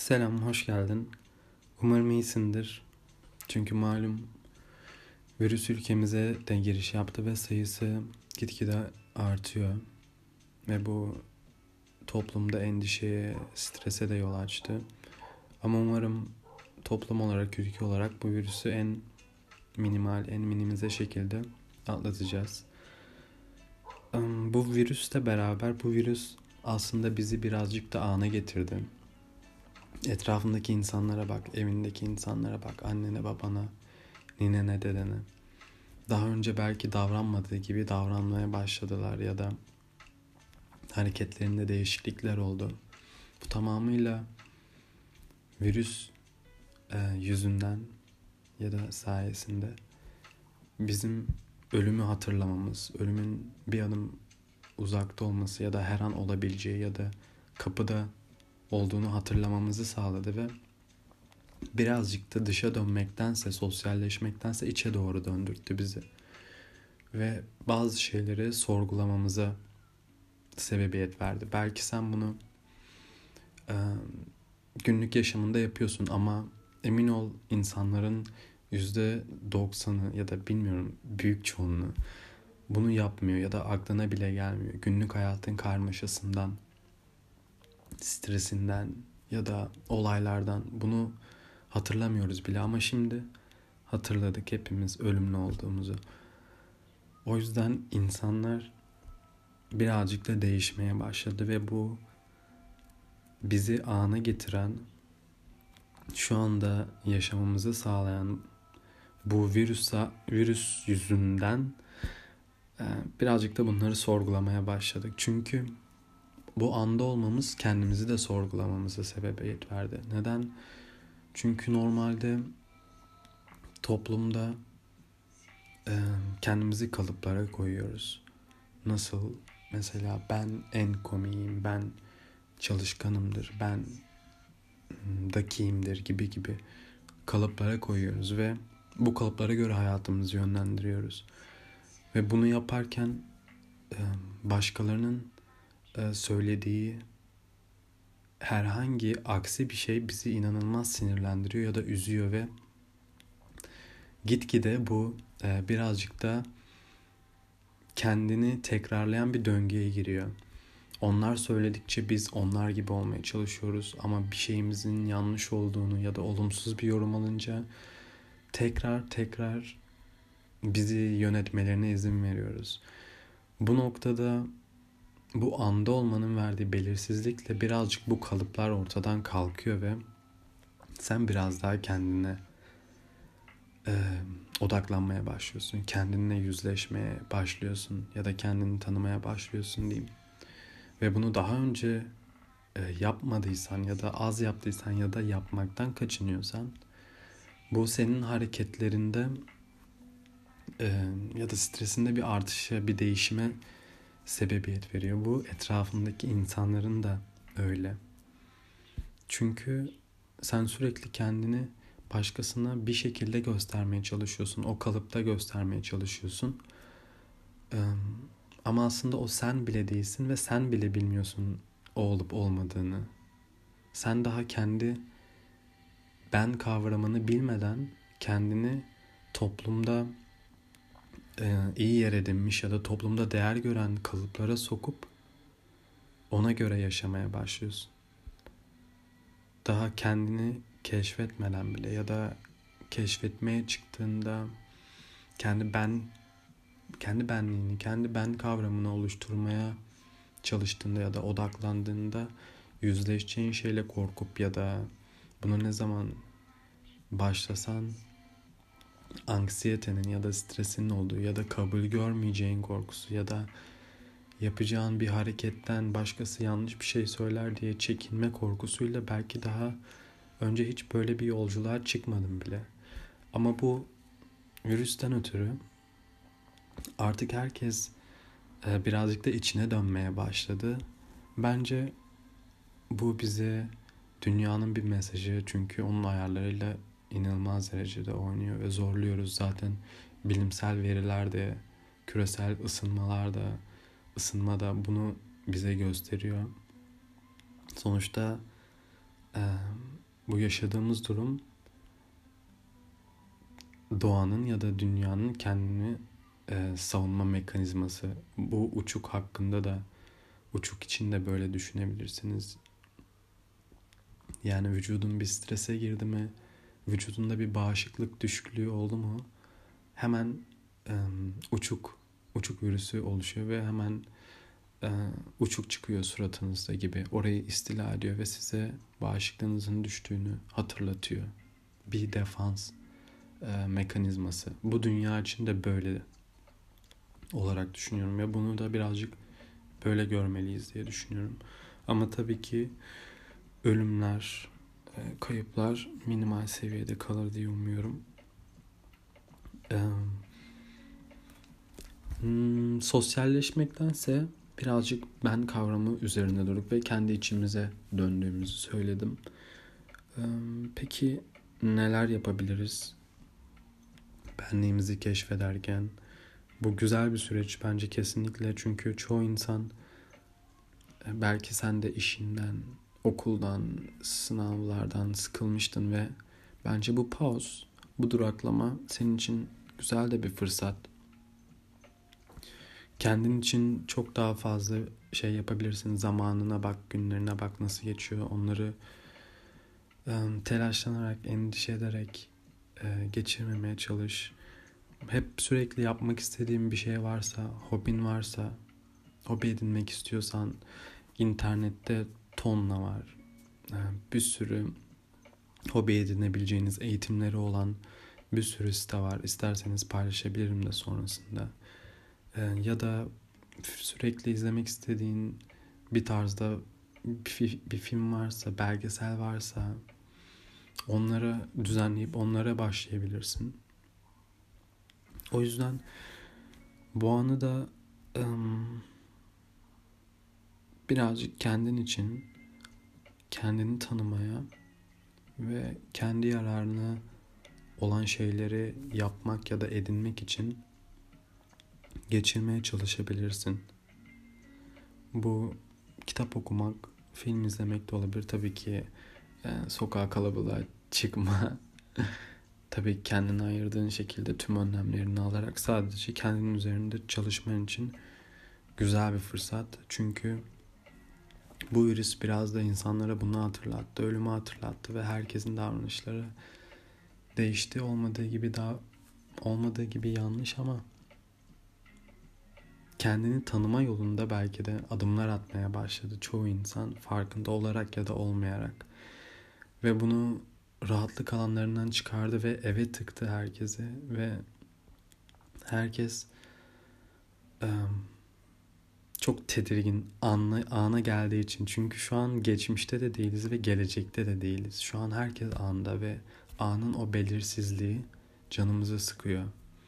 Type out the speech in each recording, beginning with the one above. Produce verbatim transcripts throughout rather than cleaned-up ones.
Selam, hoş geldin. Umarım iyisindir. Çünkü malum virüs ülkemize de giriş yaptı ve sayısı gitgide artıyor. Ve bu toplumda endişeye, strese de yol açtı. Ama umarım toplum olarak, ülke olarak bu virüsü en minimal, en minimize şekilde atlatacağız. Bu virüsle beraber bu virüs aslında bizi birazcık da ana getirdi. Etrafındaki insanlara bak, evindeki insanlara bak, annene, babana, ninene, dedene. Daha önce belki davranmadığı gibi davranmaya başladılar ya da hareketlerinde değişiklikler oldu. Bu tamamıyla virüs e, yüzünden ya da sayesinde bizim ölümü hatırlamamız, ölümün bir adım uzakta olması ya da her an olabileceği ya da kapıda olduğunu hatırlamamızı sağladı ve birazcık da dışa dönmektense, sosyalleşmektense içe doğru döndürttü bizi. Ve bazı şeyleri sorgulamamıza sebebiyet verdi. Belki sen bunu e, günlük yaşamında yapıyorsun ama emin ol insanların yüzde doksanı ya da bilmiyorum büyük çoğunluğu bunu yapmıyor ya da aklına bile gelmiyor. Günlük hayatın karmaşasından, stresinden ya da olaylardan bunu hatırlamıyoruz bile ama şimdi hatırladık hepimiz ölümlü olduğumuzu. O yüzden insanlar birazcık da değişmeye başladı ve bu bizi ana getiren, şu anda yaşamamızı sağlayan bu virüs, virüs yüzünden birazcık da bunları sorgulamaya başladık. Çünkü bu anda olmamız kendimizi de sorgulamamıza sebebiyet verdi. Neden? Çünkü normalde toplumda kendimizi kalıplara koyuyoruz. Nasıl? Mesela ben en komiyim, ben çalışkanımdır, ben dakiyimdir gibi gibi kalıplara koyuyoruz ve bu kalıplara göre hayatımızı yönlendiriyoruz. Ve bunu yaparken başkalarının söylediği herhangi aksi bir şey bizi inanılmaz sinirlendiriyor ya da üzüyor ve gitgide bu birazcık da kendini tekrarlayan bir döngüye giriyor. Onlar söyledikçe biz onlar gibi olmaya çalışıyoruz ama bir şeyimizin yanlış olduğunu ya da olumsuz bir yorum alınca tekrar tekrar bizi yönetmelerine izin veriyoruz. Bu noktada bu anda olmanın verdiği belirsizlikle birazcık bu kalıplar ortadan kalkıyor ve sen biraz daha kendine e, odaklanmaya başlıyorsun. Kendinle yüzleşmeye başlıyorsun ya da kendini tanımaya başlıyorsun diyeyim. Ve bunu daha önce e, yapmadıysan ya da az yaptıysan ya da yapmaktan kaçınıyorsan bu senin hareketlerinde e, ya da stresinde bir artışa, bir değişime sebebiyet veriyor. Bu etrafındaki insanların da öyle. Çünkü sen sürekli kendini başkasına bir şekilde göstermeye çalışıyorsun. O kalıpta göstermeye çalışıyorsun. Ee, ama aslında o sen bile değilsin ve sen bile bilmiyorsun o olup olmadığını. Sen daha kendi ben kavramını bilmeden kendini toplumda e, iyi yer edinmiş ya da toplumda değer gören kalıplara sokup ona göre yaşamaya başlıyorsun. Daha kendini keşfetmeden bile ya da keşfetmeye çıktığında kendi ben kendi benliğini, kendi ben kavramını oluşturmaya çalıştığında ya da odaklandığında yüzleşeceğin şeyle korkup ya da bunu ne zaman başlasan anksiyetenin ya da stresinin olduğu ya da kabul görmeyeceğin korkusu ya da yapacağın bir hareketten başkası yanlış bir şey söyler diye çekinme korkusuyla belki daha önce hiç böyle bir yolculuğa çıkmadım bile. Ama bu virüsten ötürü artık herkes birazcık da içine dönmeye başladı. Bence bu bize dünyanın bir mesajı, çünkü onun ayarlarıyla inanılmaz derecede oynuyor ve zorluyoruz. Zaten bilimsel veriler de, küresel ısınmalar da, ısınma da bunu bize gösteriyor. Sonuçta bu yaşadığımız durum doğanın ya da dünyanın kendini e, savunma mekanizması. Bu uçuk hakkında da, uçuk için de böyle düşünebilirsiniz. Yani vücudun bir strese girdi mi, vücudunda bir bağışıklık düşüklüğü oldu mu, hemen e, uçuk, uçuk virüsü oluşuyor ve hemen e, uçuk çıkıyor suratınızda gibi. Orayı istila ediyor ve size bağışıklığınızın düştüğünü hatırlatıyor. Bir defans e, mekanizması. Bu dünya için de böyle olarak düşünüyorum ve bunu da birazcık böyle görmeliyiz diye düşünüyorum. Ama tabii ki ölümler, e, kayıplar minimal seviyede kalır diye umuyorum. E, hmm, sosyalleşmektense birazcık ben kavramı üzerinde durup ve kendi içimize döndüğümüzü söyledim. E, peki neler yapabiliriz benliğimizi keşfederken? Bu güzel bir süreç bence kesinlikle, çünkü çoğu insan, belki sen de işinden, okuldan, sınavlardan sıkılmıştın ve bence bu pause, bu duraklama senin için güzel de bir fırsat. Kendin için çok daha fazla şey yapabilirsin. Zamanına bak, günlerine bak nasıl geçiyor. Onları telaşlanarak, endişe ederek geçirmemeye çalış. Hep sürekli yapmak istediğin bir şey varsa, hobin varsa, hobi edinmek istiyorsan, internette tonla var. Bir sürü hobi edinebileceğiniz eğitimleri olan bir sürü site var. İsterseniz paylaşabilirim de sonrasında. Ya da sürekli izlemek istediğin bir tarzda bir film varsa, belgesel varsa onları düzenleyip onlara başlayabilirsin. O yüzden bu anı da ım, birazcık kendin için, kendini tanımaya ve kendi yararına olan şeyleri yapmak ya da edinmek için geçirmeye çalışabilirsin. Bu kitap okumak, film izlemek de olabilir. Tabii ki e, sokağa kalabalığa çıkma. Tabii kendine ayırdığın şekilde tüm önlemlerini alarak sadece kendinin üzerinde çalışman için güzel bir fırsat. Çünkü bu virüs biraz da insanlara bunu hatırlattı, ölümü hatırlattı ve herkesin davranışları değişti. Olmadığı gibi daha olmadığı gibi yanlış ama kendini tanıma yolunda belki de adımlar atmaya başladı çoğu insan, farkında olarak ya da olmayarak. Ve bunu rahatlık alanlarından çıkardı ve eve tıktı herkese ve herkes um, çok tedirgin anla, ana geldiği için. Çünkü şu an geçmişte de değiliz ve gelecekte de değiliz. Şu an herkes anda ve anın o belirsizliği canımızı sıkıyor.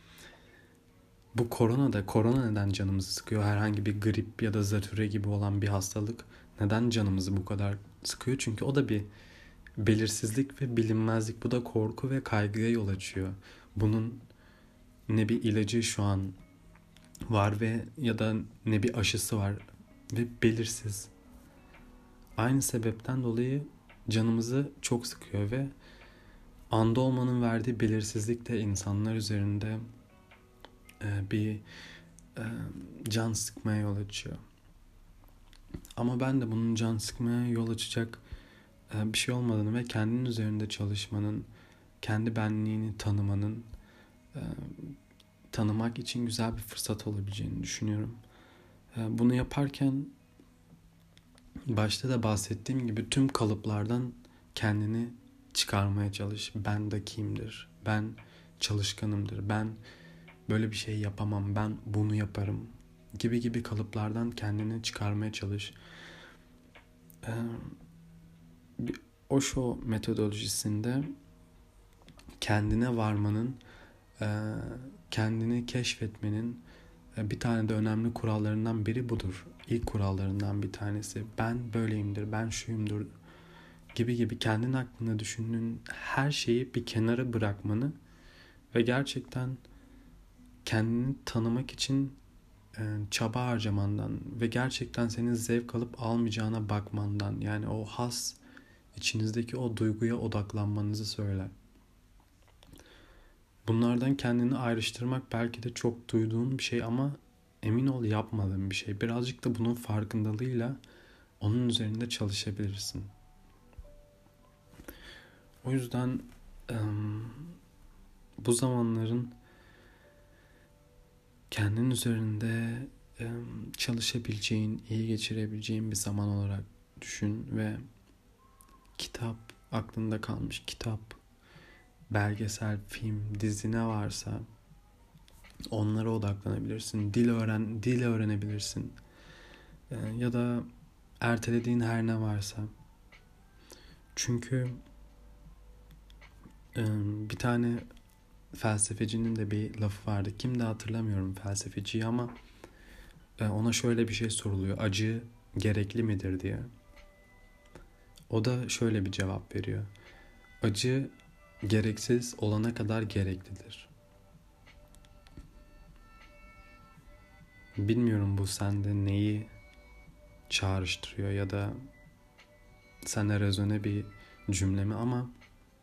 Bu korona da, korona neden canımızı sıkıyor? Herhangi bir grip ya da zatürre gibi olan bir hastalık neden canımızı bu kadar sıkıyor? Çünkü o da bir belirsizlik ve bilinmezlik. Bu da korku ve kaygıya yol açıyor. Bunun ne bir ilacı şu an var ve ya da ne bir aşısı var ve belirsiz. Aynı sebepten dolayı canımızı çok sıkıyor ve anda olmanın verdiği belirsizlik de insanlar üzerinde bir can sıkmaya yol açıyor. Ama ben de bunun can sıkmaya yol açacak bir şey olmadığını ve kendinin üzerinde çalışmanın, kendi benliğini tanımanın, tanımak için güzel bir fırsat olabileceğini düşünüyorum. Bunu yaparken başta da bahsettiğim gibi tüm kalıplardan kendini çıkarmaya çalış. Ben de kimdir? Ben çalışkanımdır. Ben böyle bir şey yapamam. Ben bunu yaparım. Gibi gibi kalıplardan kendini çıkarmaya çalış. Ee, bir Osho metodolojisinde kendine varmanın, kendini keşfetmenin bir tane de önemli kurallarından biri budur. İlk kurallarından bir tanesi. Ben böyleyimdir, ben şuyumdur gibi gibi kendin hakkında düşündüğün her şeyi bir kenara bırakmanı ve gerçekten kendini tanımak için çaba harcamandan ve gerçekten senin zevk alıp almayacağına bakmandan, yani o has içinizdeki o duyguya odaklanmanızı söyler. Bunlardan kendini ayrıştırmak belki de çok duyduğun bir şey ama emin ol yapmadığın bir şey. Birazcık da bunun farkındalığıyla onun üzerinde çalışabilirsin. O yüzden bu zamanların kendin üzerinde çalışabileceğin, iyi geçirebileceğin bir zaman olarak düşün ve kitap, aklında kalmış kitap, belgesel, film, dizi ne varsa onlara odaklanabilirsin. Dil öğren, dil öğrenebilirsin. Ya da ertelediğin her ne varsa. Çünkü bir tane felsefecinin de bir lafı vardı. Kimdi hatırlamıyorum felsefeciyi ama ona şöyle bir şey soruluyor. Acı gerekli midir diye. O da şöyle bir cevap veriyor. Acı gereksiz olana kadar gereklidir. Bilmiyorum bu sende neyi çağrıştırıyor ya da sana rezone bir cümle mi ama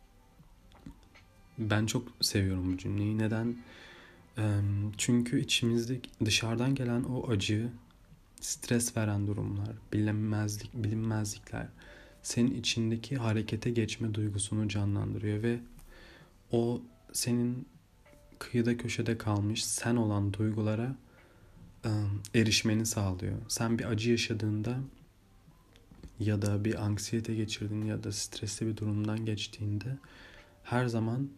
ben çok seviyorum bu cümleyi. Neden? Çünkü içimizde dışarıdan gelen o acı, stres veren durumlar, bilinmezlik, bilinmezlikler senin içindeki harekete geçme duygusunu canlandırıyor ve o senin kıyıda köşede kalmış sen olan duygulara erişmeni sağlıyor. Sen bir acı yaşadığında ya da bir anksiyete geçirdiğinde ya da stresli bir durumdan geçtiğinde her zaman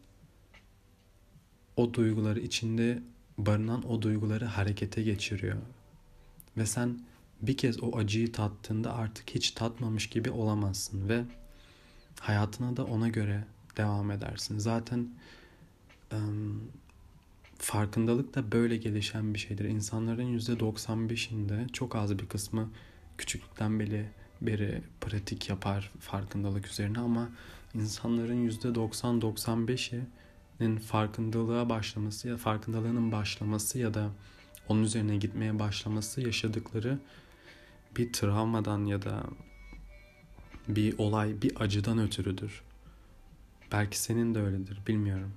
o duyguları içinde barınan o duyguları harekete geçiriyor. Ve sen bir kez o acıyı tattığında artık hiç tatmamış gibi olamazsın ve hayatına da ona göre devam edersin. Zaten ım, farkındalık da böyle gelişen bir şeydir. İnsanların yüzde doksan beşinde çok az bir kısmı küçüklükten beri, beri pratik yapar farkındalık üzerine ama insanların yüzde doksan doksan beşinin farkındalığa başlaması ya farkındalığının başlaması ya da onun üzerine gitmeye başlaması yaşadıkları bir travmadan ya da bir olay, bir acıdan ötürüdür. Belki senin de öyledir, bilmiyorum.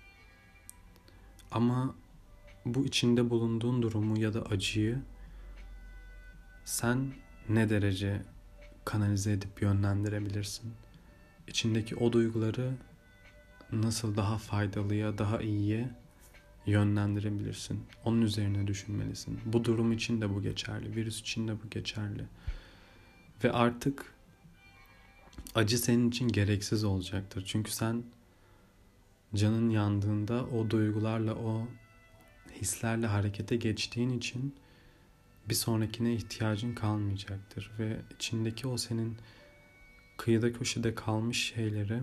Ama bu içinde bulunduğun durumu ya da acıyı sen ne derece kanalize edip yönlendirebilirsin? İçindeki o duyguları nasıl daha faydalıya, daha iyiye yönlendirebilirsin? Onun üzerine düşünmelisin. Bu durum için de bu geçerli, virüs için de bu geçerli. Ve artık acı senin için gereksiz olacaktır. Çünkü sen canın yandığında o duygularla, o hislerle harekete geçtiğin için bir sonrakine ihtiyacın kalmayacaktır. Ve içindeki o senin kıyıda köşede kalmış şeyleri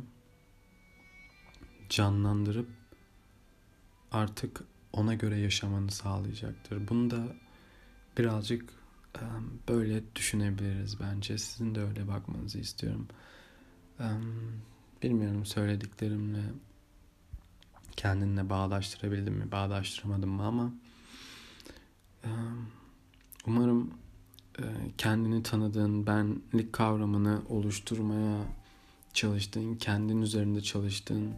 canlandırıp artık ona göre yaşamanı sağlayacaktır. Bunu da birazcık böyle düşünebiliriz bence. Sizin de öyle bakmanızı istiyorum. Bilmiyorum söylediklerimle kendinle bağdaştırabildim mi, bağdaştıramadım mı ama umarım kendini tanıdığın, benlik kavramını oluşturmaya çalıştığın, kendin üzerinde çalıştığın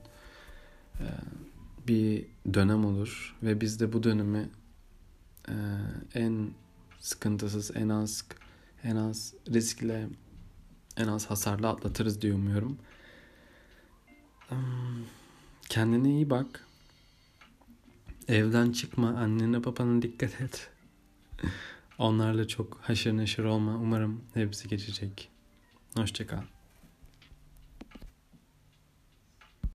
bir dönem olur ve biz de bu dönemi en sıkıntısız, en az en az riskle, en az hasarla atlatırız diye umuyorum. Kendine iyi bak. Evden çıkma, annene babana dikkat et. Onlarla çok haşır neşir olma. Umarım hepsi geçecek. Hoşça kal.